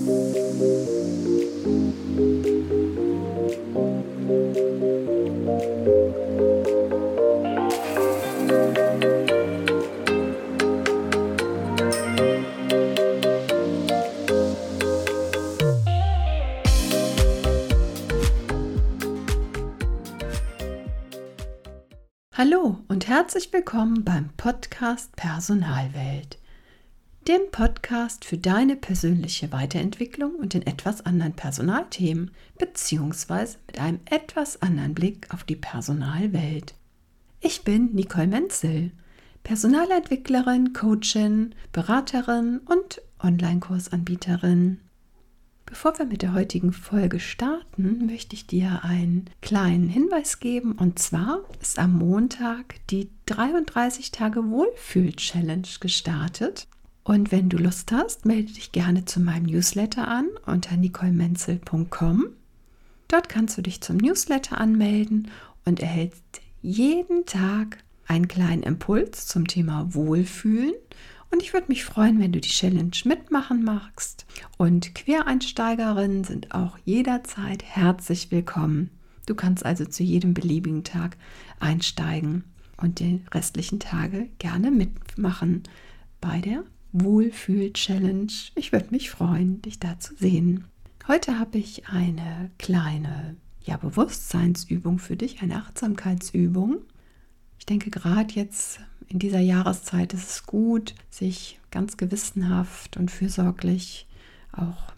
Hallo und herzlich willkommen beim Podcast Personalwelt, dem Podcast für deine persönliche Weiterentwicklung und in etwas anderen Personalthemen beziehungsweise mit einem etwas anderen Blick auf die Personalwelt. Ich bin Nicole Menzel, Personalentwicklerin, Coachin, Beraterin und Online-Kursanbieterin. Bevor wir mit der heutigen Folge starten, möchte ich dir einen kleinen Hinweis geben. Und zwar ist am Montag die 33 Tage Wohlfühl-Challenge gestartet. Und wenn du Lust hast, melde dich gerne zu meinem Newsletter an unter nicolemenzel.com. Dort kannst du dich zum Newsletter anmelden und erhältst jeden Tag einen kleinen Impuls zum Thema Wohlfühlen. Und ich würde mich freuen, wenn du die Challenge mitmachen magst. Und Quereinsteigerinnen sind auch jederzeit herzlich willkommen. Du kannst also zu jedem beliebigen Tag einsteigen und die restlichen Tage gerne mitmachen bei der Wohlfühl-Challenge. Ich würde mich freuen, dich da zu sehen. Heute habe ich eine kleine Bewusstseinsübung für dich, eine Achtsamkeitsübung. Ich denke, gerade jetzt in dieser Jahreszeit ist es gut, sich ganz gewissenhaft und fürsorglich auch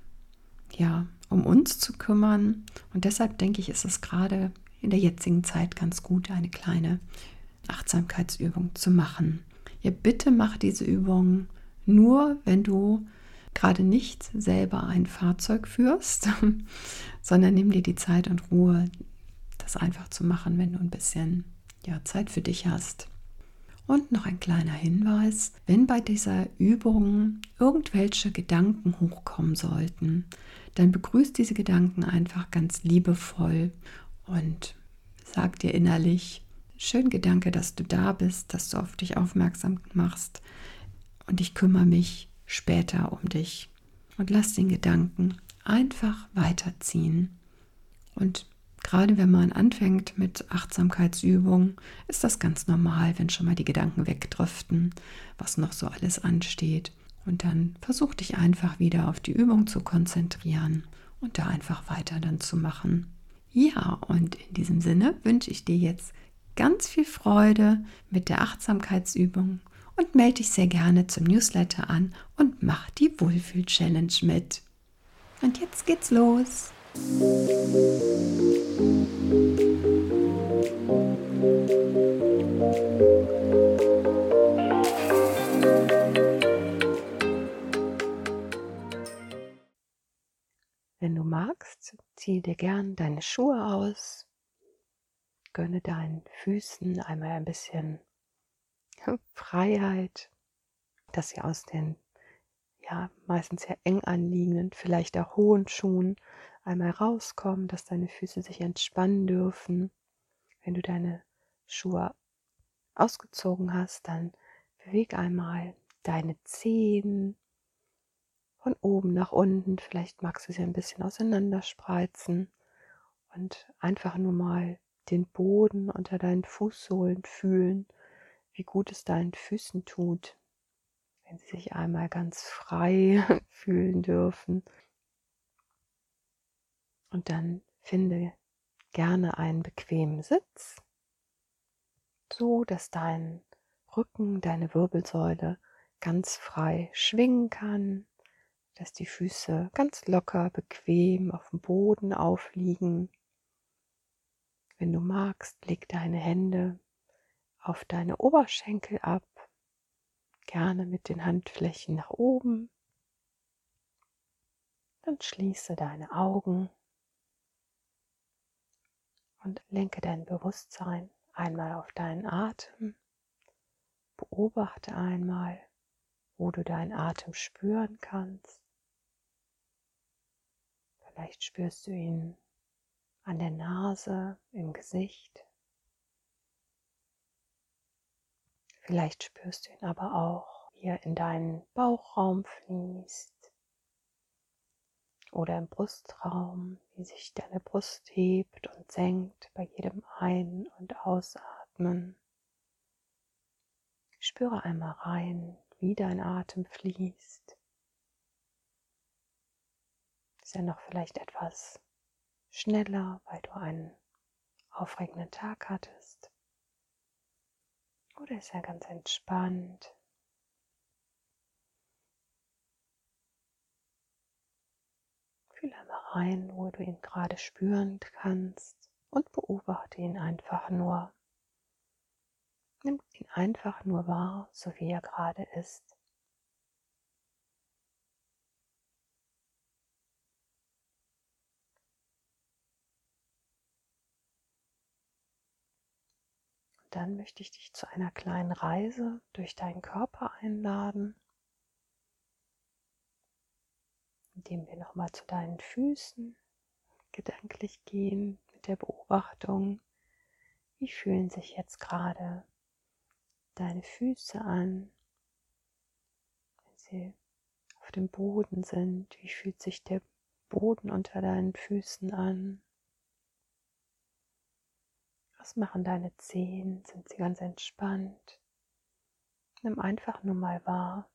um uns zu kümmern. Und deshalb denke ich, ist es gerade in der jetzigen Zeit ganz gut, eine kleine Achtsamkeitsübung zu machen. Ja, bitte mach diese Übung nur, wenn du gerade nicht selber ein Fahrzeug führst, sondern nimm dir die Zeit und Ruhe, das einfach zu machen, wenn du ein bisschen Zeit für dich hast. Und noch ein kleiner Hinweis, wenn bei dieser Übung irgendwelche Gedanken hochkommen sollten, dann begrüßt diese Gedanken einfach ganz liebevoll und sag dir innerlich, schön Gedanke, dass du da bist, dass du auf dich aufmerksam machst und ich kümmere mich später um dich. Und lass den Gedanken einfach weiterziehen. Und gerade wenn man anfängt mit Achtsamkeitsübungen, ist das ganz normal, wenn schon mal die Gedanken wegdriften, was noch so alles ansteht. Und dann versuch dich einfach wieder auf die Übung zu konzentrieren und da einfach weiter dann zu machen. Ja, und in diesem Sinne wünsche ich dir jetzt ganz viel Freude mit der Achtsamkeitsübung und melde dich sehr gerne zum Newsletter an und mach die Wohlfühl-Challenge mit. Und jetzt geht's los. Wenn du magst, zieh dir gern deine Schuhe aus, gönne deinen Füßen einmal ein bisschen Freiheit, dass sie aus den meistens sehr eng anliegenden, vielleicht auch hohen Schuhen einmal rauskommen, dass deine Füße sich entspannen dürfen. Wenn du deine Schuhe ausgezogen hast, dann beweg einmal deine Zehen von oben nach unten. Vielleicht magst du sie ein bisschen auseinanderspreizen und einfach nur mal den Boden unter deinen Fußsohlen fühlen, wie gut es deinen Füßen tut, wenn sie sich einmal ganz frei fühlen dürfen. Und dann finde gerne einen bequemen Sitz, so dass dein Rücken, deine Wirbelsäule ganz frei schwingen kann, dass die Füße ganz locker, bequem auf dem Boden aufliegen. Wenn du magst, leg deine Hände auf deine Oberschenkel ab, gerne mit den Handflächen nach oben. Dann schließe deine Augen und lenke dein Bewusstsein einmal auf deinen Atem. Beobachte einmal, wo du deinen Atem spüren kannst. Vielleicht spürst du ihn an der Nase, im Gesicht. Vielleicht spürst du ihn aber auch, wie er in deinen Bauchraum fließt. oder im Brustraum, wie sich deine Brust hebt und senkt bei jedem Ein- und Ausatmen. Spüre einmal rein, wie dein Atem fließt. Ist er noch vielleicht etwas schneller, weil du einen aufregenden Tag hattest? Oder ist er ganz entspannt? Fühl einmal rein, wo du ihn gerade spüren kannst und beobachte ihn einfach nur. Nimm ihn einfach nur wahr, so wie er gerade ist. Und dann möchte ich dich zu einer kleinen Reise durch deinen Körper einladen, indem wir nochmal zu deinen Füßen gedanklich gehen mit der Beobachtung, wie fühlen sich jetzt gerade deine Füße an, wenn sie auf dem Boden sind, wie fühlt sich der Boden unter deinen Füßen an? Was machen deine Zehen? Sind sie ganz entspannt? Nimm einfach nur mal wahr.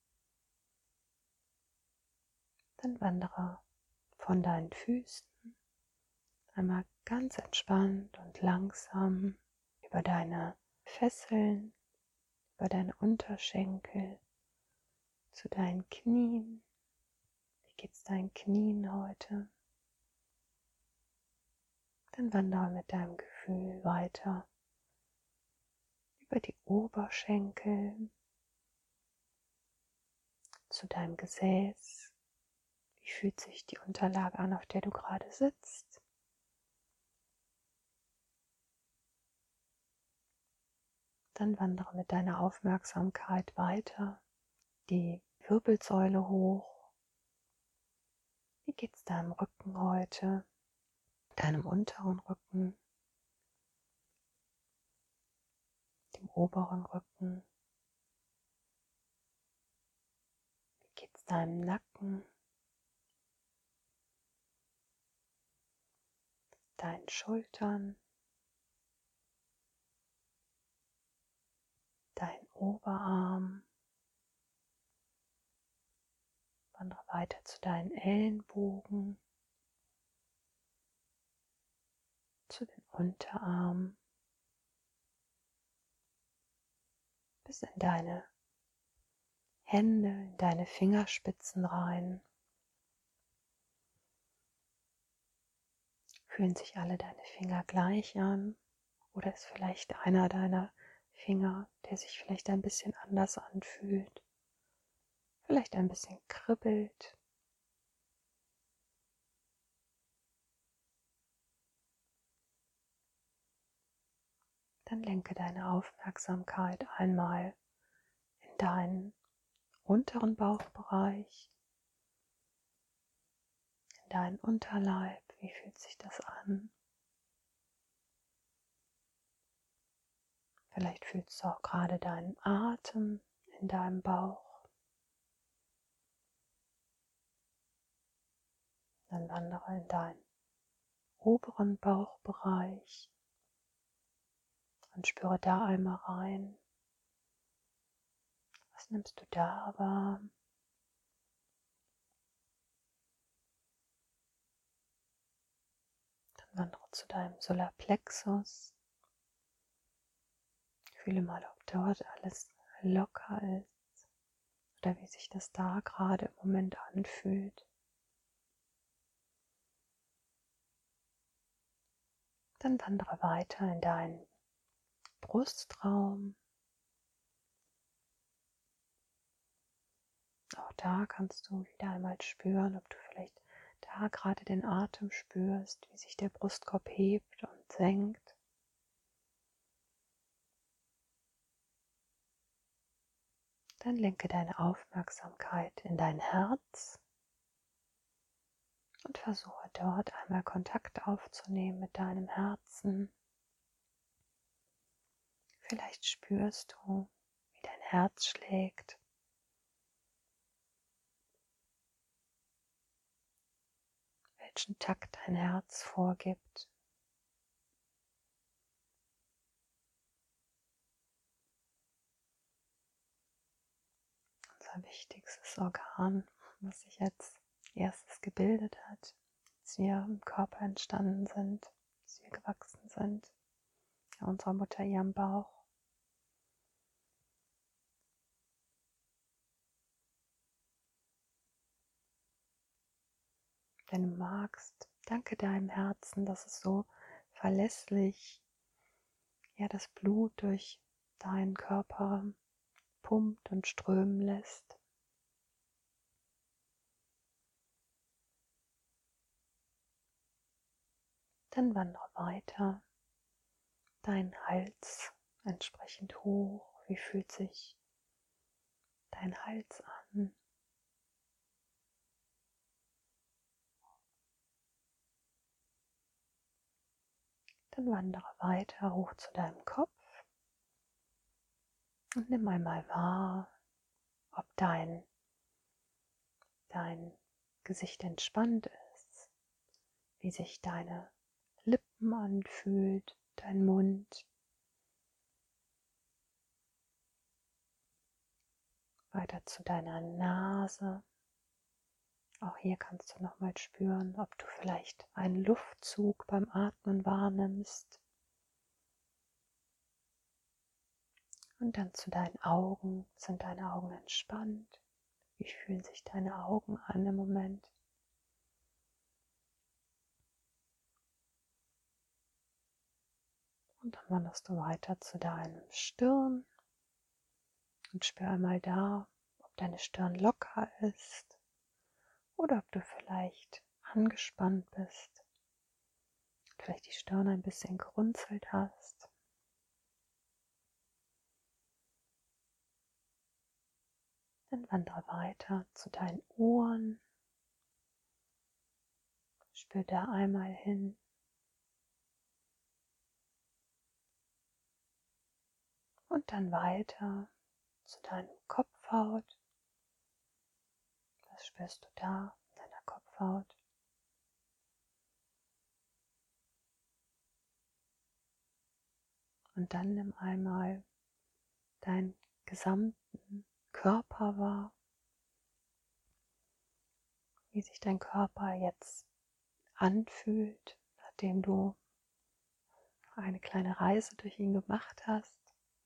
Dann wandere von deinen Füßen einmal ganz entspannt und langsam über deine Fesseln, über deine Unterschenkel, zu deinen Knien. Wie geht's deinen Knien heute? Dann wandere mit deinem Gefühl weiter über die Oberschenkel zu deinem Gesäß. Wie fühlt sich die Unterlage an, auf der du gerade sitzt? Dann wandere mit deiner Aufmerksamkeit weiter die Wirbelsäule hoch. Wie geht's deinem Rücken heute? Deinem unteren Rücken, dem oberen Rücken? Wie geht's deinem Nacken? Deinen Schultern? Dein Oberarm? Wandere weiter zu deinen Ellenbogen, zu den Unterarmen, bis in deine Hände, in deine Fingerspitzen rein. Fühlen sich alle deine Finger gleich an oder ist vielleicht einer deiner Finger, der sich vielleicht ein bisschen anders anfühlt, vielleicht ein bisschen kribbelt? Dann lenke deine Aufmerksamkeit einmal in deinen unteren Bauchbereich, in deinen Unterleib. Wie fühlt sich das an? Vielleicht fühlst du auch gerade deinen Atem in deinem Bauch. Dann wandere in deinen oberen Bauchbereich und spüre da einmal rein. Was nimmst du da wahr? Dann wandere zu deinem Solarplexus. Fühle mal, ob dort alles locker ist oder wie sich das da gerade im Moment anfühlt. Dann wandere weiter in deinen Brustraum. Auch da kannst du wieder einmal spüren, ob du vielleicht da gerade den Atem spürst, wie sich der Brustkorb hebt und senkt. Dann lenke deine Aufmerksamkeit in dein Herz und versuche dort einmal Kontakt aufzunehmen mit deinem Herzen. Vielleicht spürst du, wie dein Herz schlägt. welchen Takt dein Herz vorgibt. Unser wichtigstes Organ, was sich als erstes gebildet hat, als wir im Körper entstanden sind, als wir gewachsen sind, in unserer Mutter ihrem Bauch. Wenn du magst, danke deinem Herzen, dass es so verlässlich das Blut durch deinen Körper pumpt und strömen lässt. Dann wandere weiter, dein Hals entsprechend hoch. Wie fühlt sich dein Hals an? Dann wandere weiter hoch zu deinem Kopf und nimm einmal wahr, ob dein Gesicht entspannt ist, wie sich deine Lippen anfühlt, dein Mund. Weiter zu deiner Nase. Auch hier kannst du nochmal spüren, ob du vielleicht einen Luftzug beim Atmen wahrnimmst. Und dann zu deinen Augen. Sind deine Augen entspannt? Wie fühlen sich deine Augen an im Moment? Und dann wanderst du weiter zu deinem Stirn und spür einmal da, ob deine Stirn locker ist oder ob du vielleicht angespannt bist, vielleicht die Stirn ein bisschen gerunzelt hast. Dann wandere weiter zu deinen Ohren. Spür da einmal hin. Und dann weiter zu deinem Kopfhaut. Was spürst du da in deiner Kopfhaut? Und dann nimm einmal deinen gesamten Körper wahr. Wie sich dein Körper jetzt anfühlt, nachdem du eine kleine Reise durch ihn gemacht hast.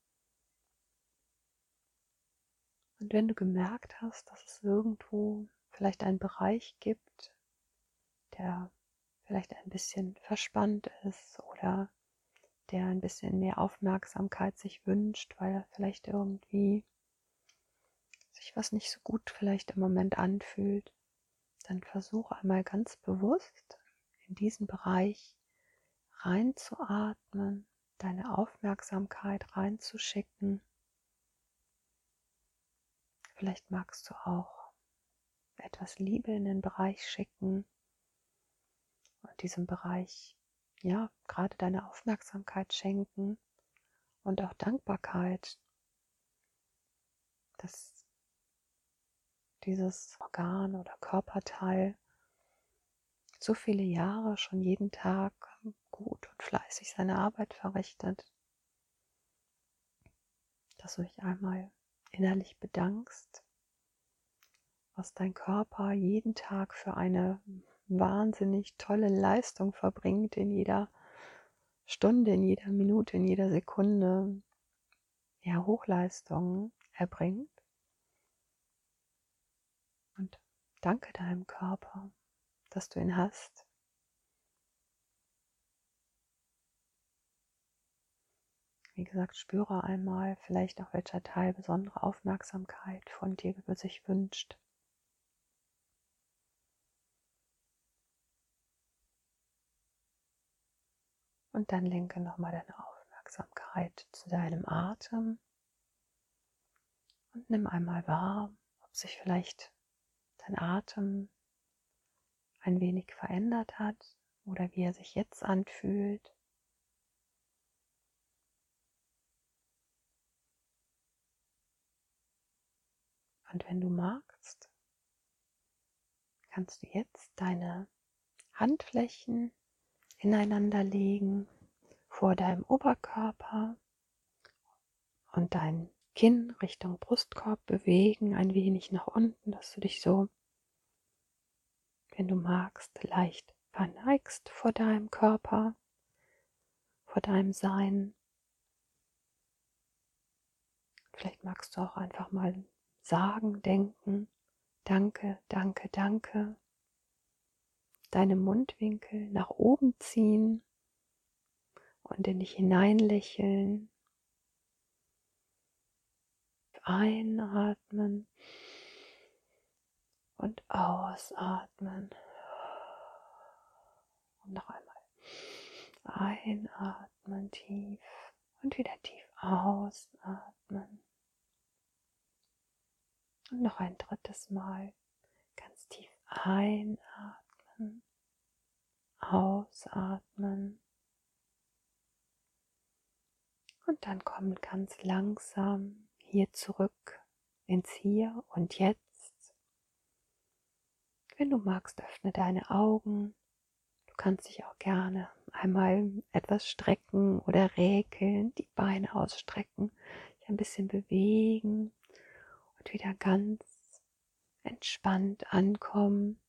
Und wenn du gemerkt hast, dass es irgendwo vielleicht einen Bereich gibt, der vielleicht ein bisschen verspannt ist oder der ein bisschen mehr Aufmerksamkeit sich wünscht, weil er vielleicht irgendwie sich was nicht so gut vielleicht im Moment anfühlt, dann versuch einmal ganz bewusst in diesen Bereich reinzuatmen, deine Aufmerksamkeit reinzuschicken. Vielleicht magst du auch etwas Liebe in den Bereich schicken und diesem Bereich gerade deine Aufmerksamkeit schenken und auch Dankbarkeit, dass dieses Organ oder Körperteil so viele Jahre schon jeden Tag gut und fleißig seine Arbeit verrichtet, dass du dich einmal innerlich bedankst, was dein Körper jeden Tag für eine wahnsinnig tolle Leistung verbringt, in jeder Stunde, in jeder Minute, in jeder Sekunde, Hochleistungen erbringt. Und danke deinem Körper, dass du ihn hast. Wie gesagt, spüre einmal vielleicht auch, welcher Teil besondere Aufmerksamkeit von dir sich wünscht. Und dann lenke nochmal deine Aufmerksamkeit zu deinem Atem und nimm einmal wahr, ob sich vielleicht dein Atem ein wenig verändert hat oder wie er sich jetzt anfühlt. Und wenn du magst, kannst du jetzt deine Handflächen ineinander legen vor deinem Oberkörper und dein Kinn Richtung Brustkorb bewegen, ein wenig nach unten, dass du dich so, wenn du magst, leicht verneigst vor deinem Körper, vor deinem Sein. Vielleicht magst du auch einfach mal sagen, denken, danke, danke, danke. Deine Mundwinkel nach oben ziehen und in dich hineinlächeln. Einatmen und ausatmen. Und noch einmal. Einatmen tief und wieder tief ausatmen. Und noch ein drittes Mal. Ganz tief einatmen, ausatmen. Und dann kommen ganz langsam hier zurück ins Hier und Jetzt. Wenn du magst, öffne deine Augen. Du kannst dich auch gerne einmal etwas strecken oder räkeln, die Beine ausstrecken, dich ein bisschen bewegen und wieder ganz entspannt ankommen.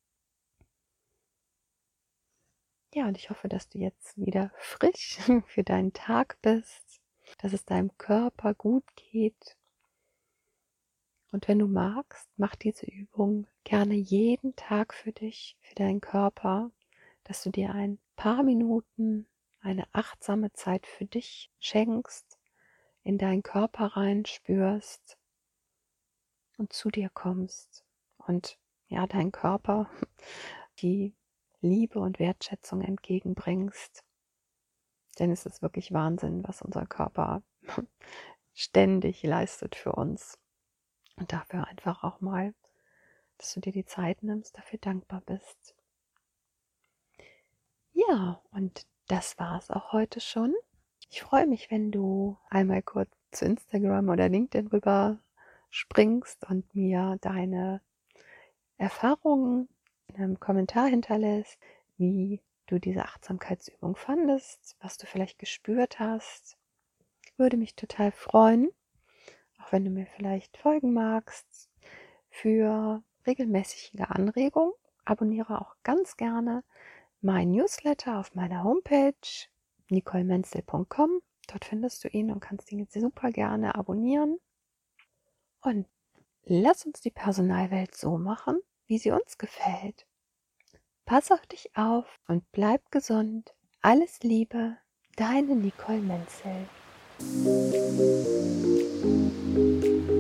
Ja, und ich hoffe, dass du jetzt wieder frisch für deinen Tag bist, dass es deinem Körper gut geht. Und wenn du magst, mach diese Übung gerne jeden Tag für dich, für deinen Körper, dass du dir ein paar Minuten eine achtsame Zeit für dich schenkst, in deinen Körper reinspürst und zu dir kommst und ja, deinen Körper die Liebe und Wertschätzung entgegenbringst. Denn es ist wirklich Wahnsinn, was unser Körper ständig leistet für uns. Und dafür einfach auch mal, dass du dir die Zeit nimmst, dafür dankbar bist. Ja, und das war es auch heute schon. Ich freue mich, wenn du einmal kurz zu Instagram oder LinkedIn rüber springst und mir deine Erfahrungen in einem Kommentar hinterlässt, wie du diese Achtsamkeitsübung fandest, was du vielleicht gespürt hast. Würde mich total freuen, auch wenn du mir vielleicht folgen magst. Für regelmäßige Anregungen abonniere auch ganz gerne mein Newsletter auf meiner Homepage nicolemenzel.com. Dort findest du ihn und kannst ihn jetzt super gerne abonnieren. Und lass uns die Personalwelt so machen, wie sie uns gefällt. Pass auf dich auf und bleib gesund. Alles Liebe, deine Nicole Menzel.